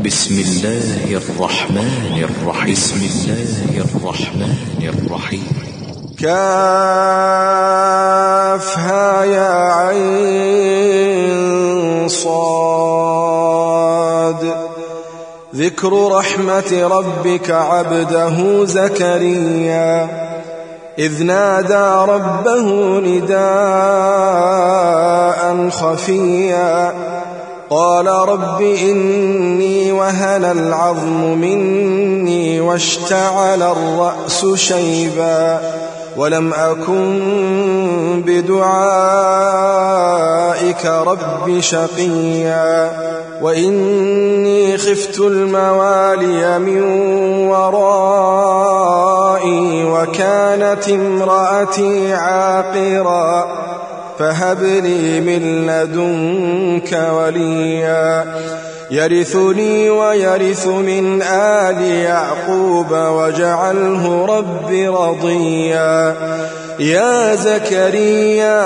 بسم الله الرحمن الرحيم. بسم الله الرحمن الرحيم. كافها يا عين صاد. ذكر رحمة ربك عبده زكريا إذ نادى ربه نداء خفيا قال رب إني وهن العظم مني واشتعل الرأس شيبا ولم أكن بدعائك رب شقيا وإني خفت الموالي من ورائي وكانت امرأتي عاقرا فهب لي من لدنك وليا يرثني ويرث من آل يعقوب واجعله رب رضيا يا زكريا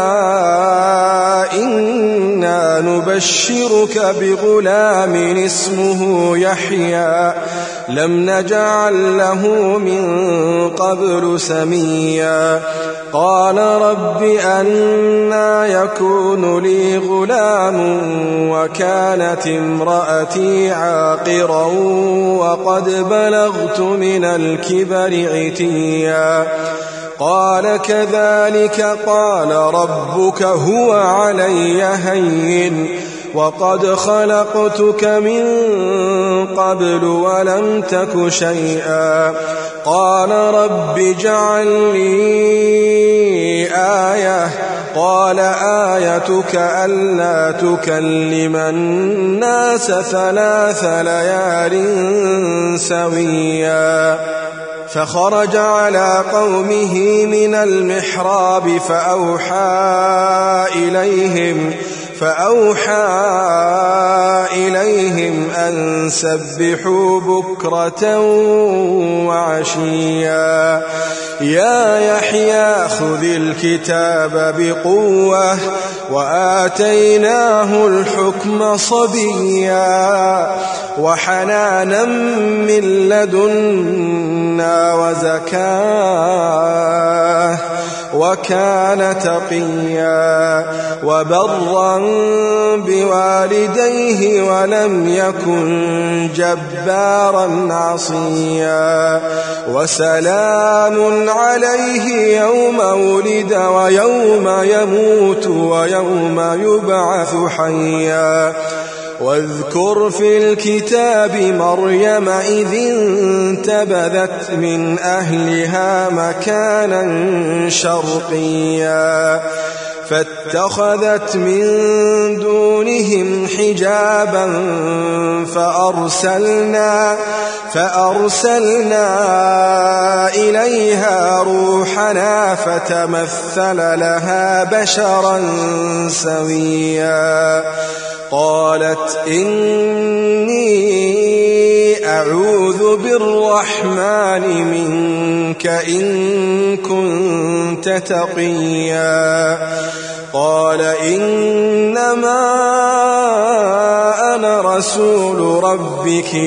إنا نبشرك بغلام اسمه يحيى لم نجعل له من قبل سميا قال رب أنى يكون لي غلام وكانت امرأتي عاقرا وقد بلغت من الكبر عتيا قال كذلك قال ربك هو علي هين وقد خلقتك من قبل ولم تك شيئا قال رب اجعل لي آية قال آيتك ألا تكلم الناس 3 ليال سويا فخرج على قومه من المحراب فأوحى إليهم أن سبحوا بكرة وعشيا يا يحيى خذ الكتاب بقوة وآتيناه الحكم صبيا وحنانا من لدنا وزكاة وكان تقيا وبرا بوالديه ولم يكن جبارا عصيا وسلام عليه يوم ولد ويوم يموت ويوم يبعث حيا واذكر في الكتاب مريم إذ انتبذت من أهلها مكانا شرقيا فاتخذت من دونهم حجابا فأرسلنا إليها روحنا فتمثل لها بشرا سويا قالت إني أعوذ بالرحمن منك إن كنت تقيا قال إنما أنا رسول ربك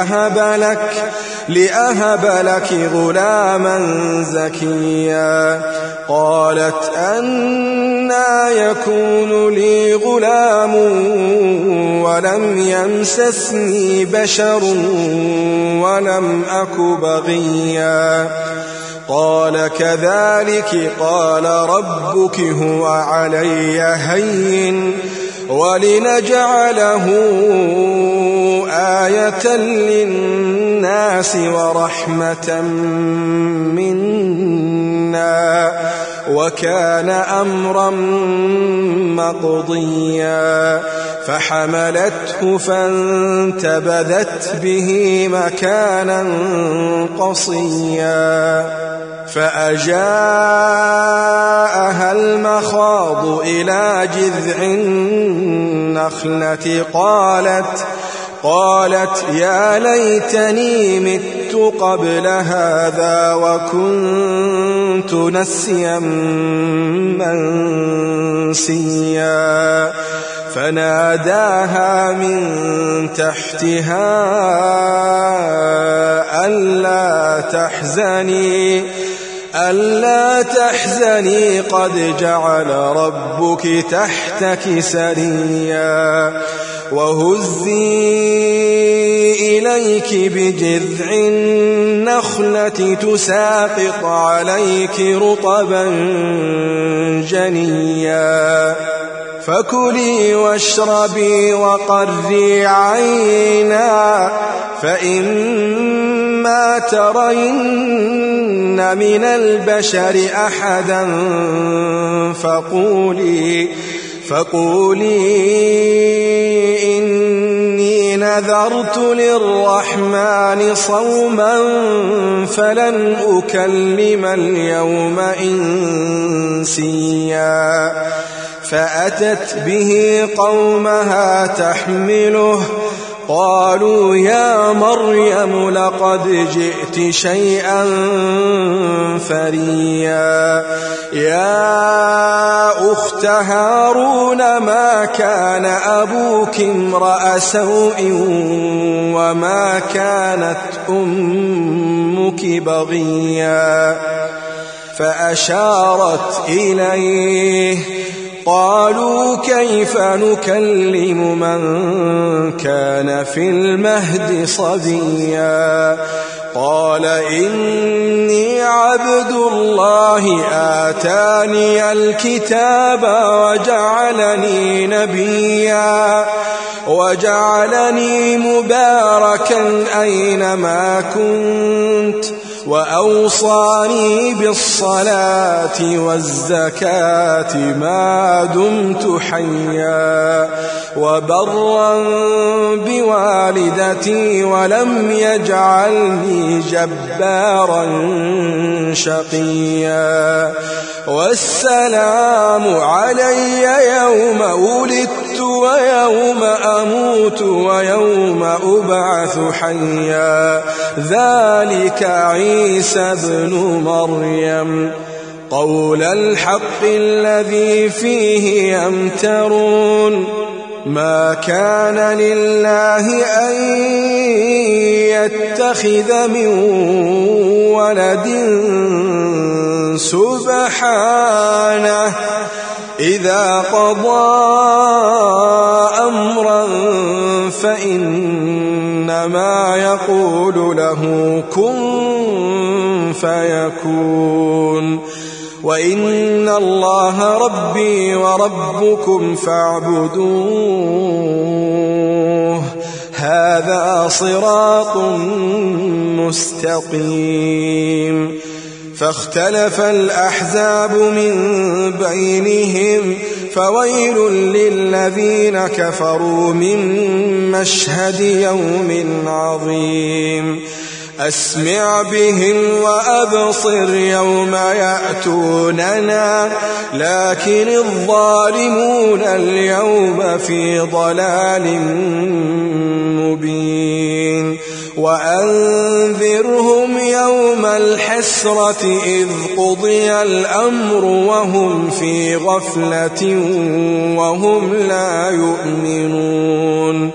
لأهب لك غلاما زكيا قالت أنى يكون لي غلام ولم يمسسني بشر ولم أك بغيا قال كذلك قال ربك هو علي هين ولنجعله آية للناس ورحمة منا وكان أمرا مقضيا فحملته فانتبذت به مكانا قصيا فأجاءها المخاض إلى جذع النخلة قالت يا ليتني مت قبل هذا وكنت نسيا منسيا فناداها من تحتها ألا تحزني قد جعل ربك تحتك سريا وهزي إليك بجذع النخلة تساقط عليك رطبا جنيا فكلي واشربي وقري عينا فإما ترين من البشر أحدا فقولي إني نذرت للرحمن صوما فلن أكلم اليوم إنسيا فأتت به قومها تحمله قالوا يا مريم لقد جئت شيئا فريا يا أخت هارون ما كان أبوك امرأ سوء وما كانت أمك بغيا فأشارت إليه قالوا كيف نكلم من كان في المهد صبيا قال إني عبد الله آتاني الكتاب وجعلني نبيا وجعلني مباركا أينما كنت وأوصاني بالصلاة والزكاة ما دمت حيا وبرا بوالدتي ولم يجعلني جبارا شقيا والسلام علي يوم ولدت ويوم أموت ويوم أبعث حيا ذلك عيسى ابن مريم قول الحق الذي فيه يمترون ما كان لله أن يتخذ من ولد سبحانه إذا قضى أمرا فإنما يقول له كن فيكون وإن الله ربي وربكم فاعبدوه هذا صراط مستقيم فاختلف الأحزاب من بينهم فويل للذين كفروا من مشهد يوم عظيم أسمع بهم وأبصر يوم يأتوننا لكن الظالمون اليوم في ضلال مبين وأنذرهم يوم الحسرة إذ قضي الأمر وهم في غفلة وهم لا يؤمنون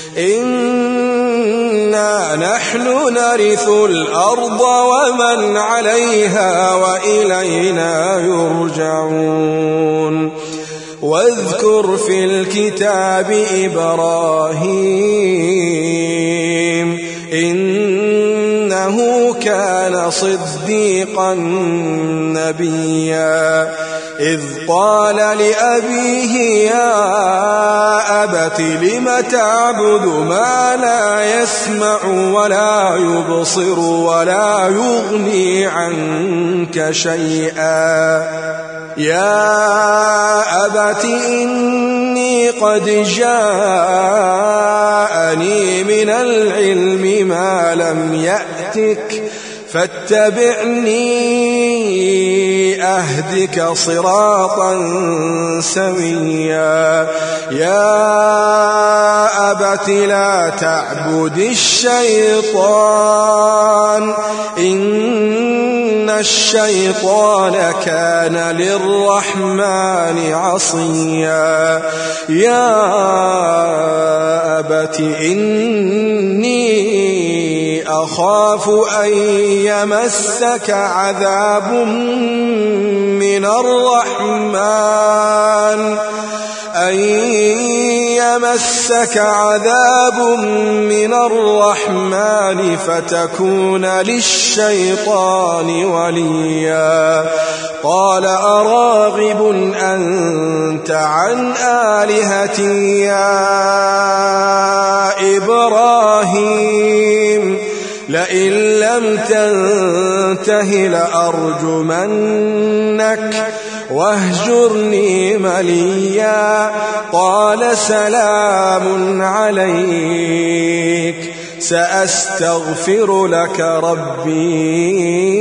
إنا نحن نرث الأرض ومن عليها وإلينا يرجعون واذكر في الكتاب إبراهيم إنه كان صديقا نبيا إذ قال لأبيه يا أبت لم تعبد ما لا يسمع ولا يبصر ولا يغني عنك شيئا يا أبت إني قد جاءني من العلم ما لم يأتك فاتبعني أهدك صراطا سويا يا أبت لا تعبد الشيطان إن الشيطان كان للرحمن عصيا يا أبت إني أخاف أن يمسك عذاب من الرحمن فتكون للشيطان وليا قال أراغب أنت عن آلهتي يا إبراهيم لئن لم تنته لأرجمنك واهجرني مليا قال سلام عليك سأستغفر لك ربي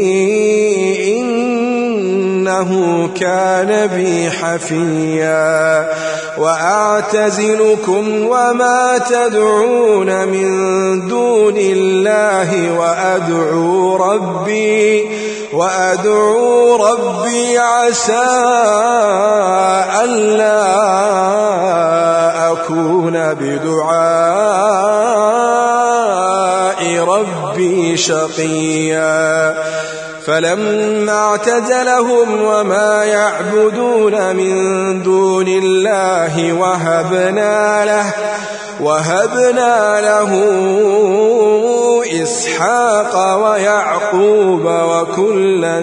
إنه كان بي حفيا وأعتزلكم وما تدعون من دون الله وأدعو ربي عسى ألا أكون بدعاء ربي شقيا فلما اعتزلهم وما يعبدون من دون الله وهبنا له إسحاق ويعقوب وكلا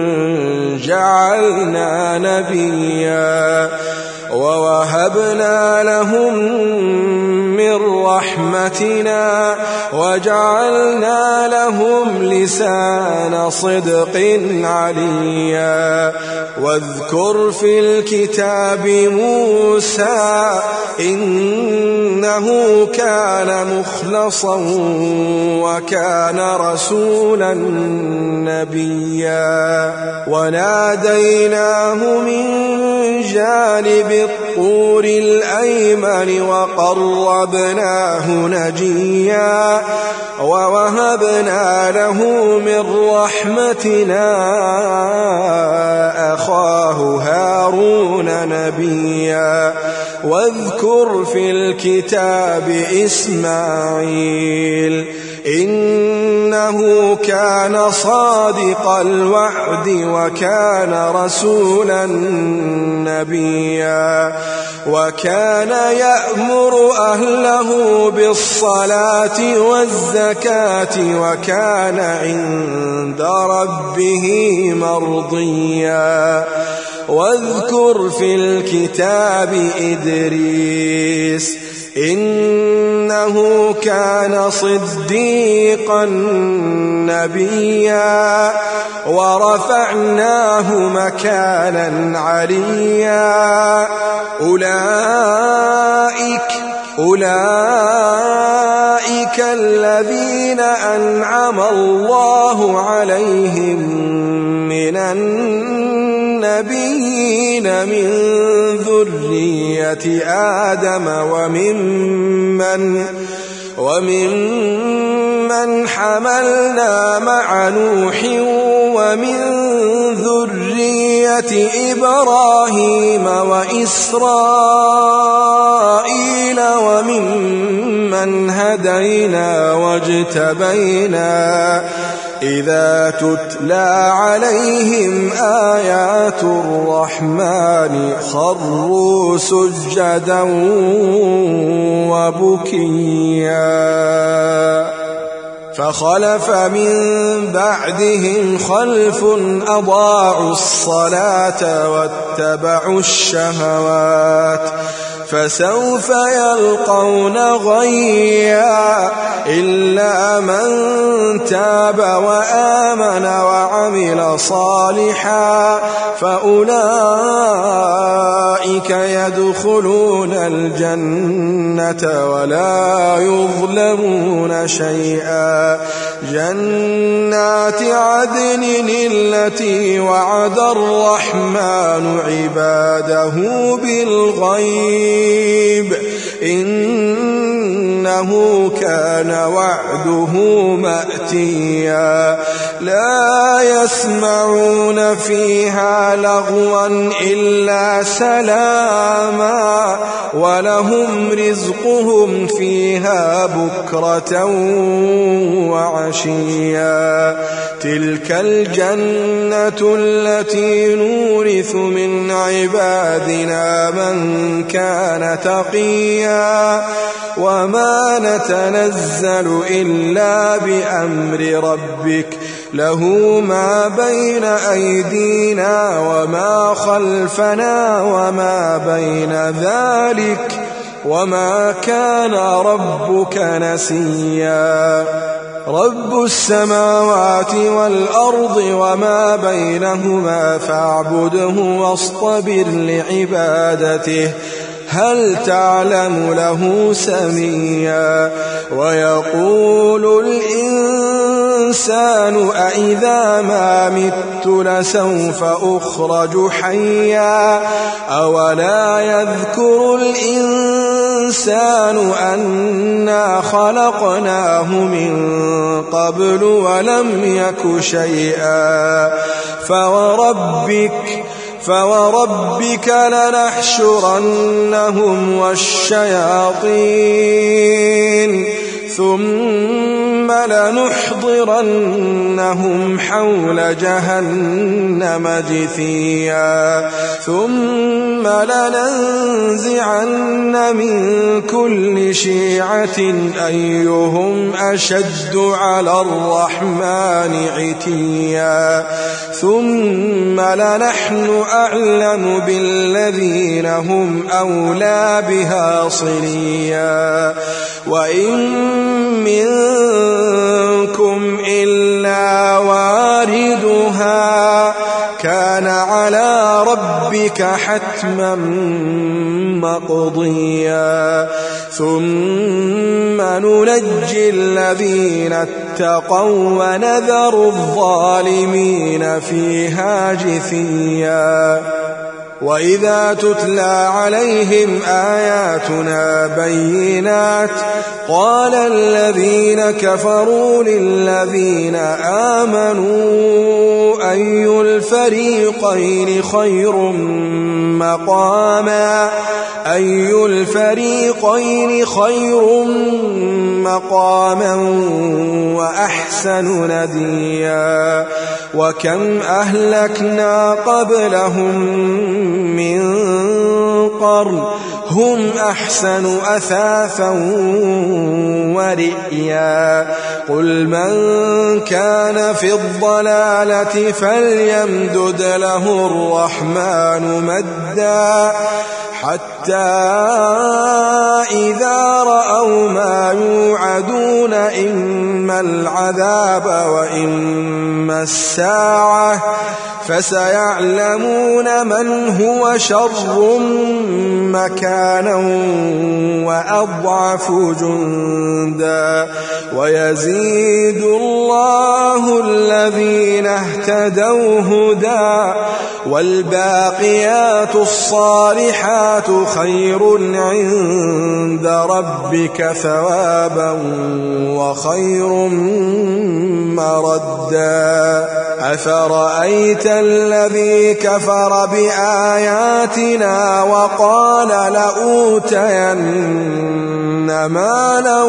جعلنا نبيا ووهبنا لهم من رحمتنا وجعلنا لهم لسان صدق عليا واذكر في الكتاب موسى إنه كان مخلصا وكان رسولا نبيا وناديناه من جانب الطور الأيمن وقربناه نجيا ووهبنا له من رحمتنا أخاه هارون نبيا واذكر في الكتاب إسماعيل إنه كان صادق الوعد وكان رسولا نبيا وكان يأمر أهله بالصلاة والزكاة وكان عند ربه مرضيا واذكر في الكتاب إدريس إنه كان صديقا نبيا ورفعناه مكانا عليا أولئك الذين أنعم الله عليهم من النبيين من ذرية آدم وممن حملنا مع نوح ومن ذرية إبراهيم وإسرائيل وممن هدينا واجتبينا إذا تتلى عليهم آيات الرحمن خروا سجدا وبكيا فخلف من بعدهم خلف أضاعوا الصلاة واتبعوا الشهوات فسوف يلقون غيا إلا من تاب وآمن وعمل صالحا فأولئك يدخلون الجنة ولا يظلمون شيئا جنات عدن التي وعد الرحمن عباده بالغيب إنه إنه كان وعده مأتيا لا يسمعون فيها لغوا إلا سلاما ولهم رزقهم فيها بكرة وعشيا تلك الجنة التي نورث من عبادنا من كان تقيا وما نتنزل إلا بأمر ربك له ما بين أيدينا وما خلفنا وما بين ذلك وما كان ربك نسيا رب السماوات والأرض وما بينهما فاعبده واصطبر لعبادته هل تعلم له سميا ويقول الإنسان أإذا ما مت لسوف أخرج حيا أولا يذكر الإنسان أنا خلقناه من قبل ولم يك شيئا فوربك لنحشرنهم والشياطين ثم لنحضرنهم حول جهنم جثيا ثم لننزعن من كل شيعة أيهم أشد على الرحمن عتيا ثم لنحن أعلم بالذين هم أولى بها صليا وإن منكم إلا واردها كان على ربك حتما مقضيا ثم ننجي الذين اتقوا ونذر الظالمين فيها جثيا وإذا تتلى عليهم آياتنا بينات قال الذين كفروا للذين آمنوا أي الفريقين خير مقاما وأحسن نديا وكم أهلكنا قبلهم من قرن هم أحسن أثاثا ورئيا قل من كان في الضلالة فليمدد له الرحمن مدا حتى إذا رأوا ما يوعدون إما العذاب وإما الساعة فسيعلمون من هو شر مكانا وأضعف جندا ويزيد الله الذين اهتدوا هدى والباقيات الصالحات خير عند ربك ثوابا وخير مردا أفرأيت الذي كفر بآياتنا وقال لأوتين مالا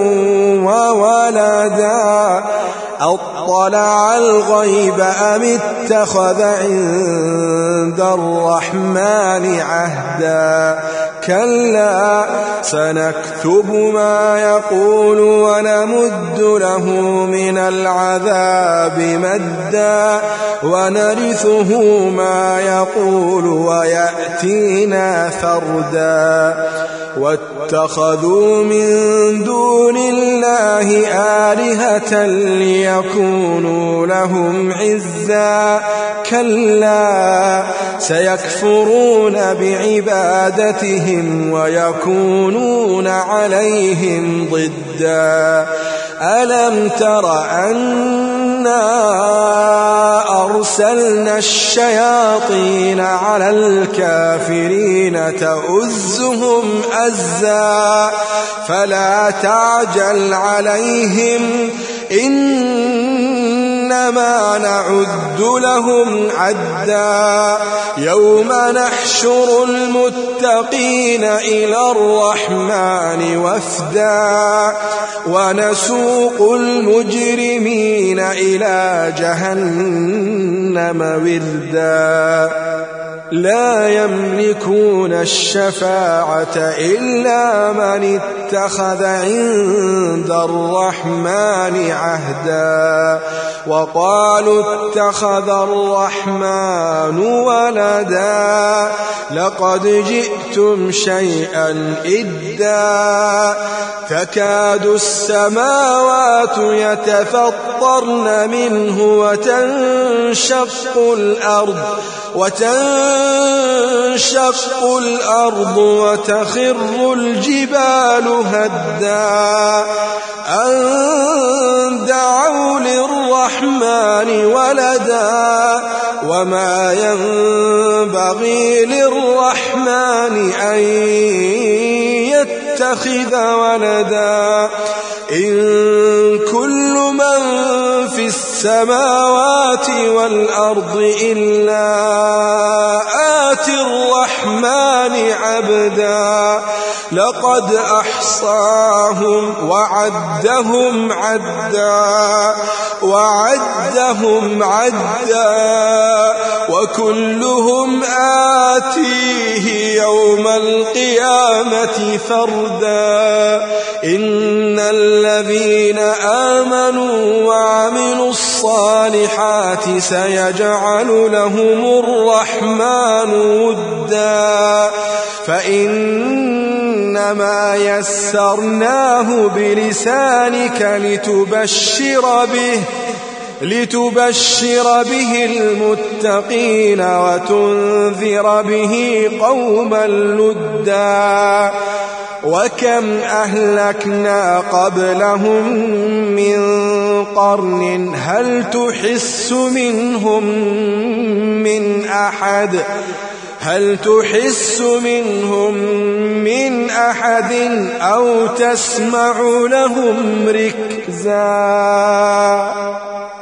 وولدا أطلع الغيب أم اتخذ عند الرحمن عهدا كلا سنكتب ما يقول ونمد له من العذاب مدا ونرثه ما يقول ويأتينا فردا واتخذوا من دون الله آلهة ليكونوا لهم عزا كلا سيكفرون بعبادتهم ويكونون عليهم ضدا ألم تر أنا وأرسلنا الشياطين على الكافرين تؤزهم أزا فلا تعجل عليهم إنما نعد لهم عدا يوم نحشر المتقين إلى الرحمن وفدا ونسوق المجرمين إلى جهنم وردا لا يملكون الشفاعة إلا من اتخذ عند الرحمن عهدا وقالوا اتخذ الرحمن ولدا لقد جئتم شيئا إدا تكاد السماوات يتفطرن منه وتنشق الأرض وتخر الجبال هدا أن دعوا للرحمن ولدا وما ينبغي للرحمن أن يتخذ ولدا إن كل من في السماوات والأرض إلا آتي الرحمن عبدا لقد أحصاهم وعدهم عدا وكلهم آتيه يوم القيامة فردا إن الذين آمنوا وعملوا الصالحات سيجعل لهم الرحمن ودا فإنما يسرناه بلسانك لتبشر به المتقين وتنذر به قوما لدا وكم أهلكنا قبلهم من قرن هل تحس منهم من أحد أو تسمع لهم ركزا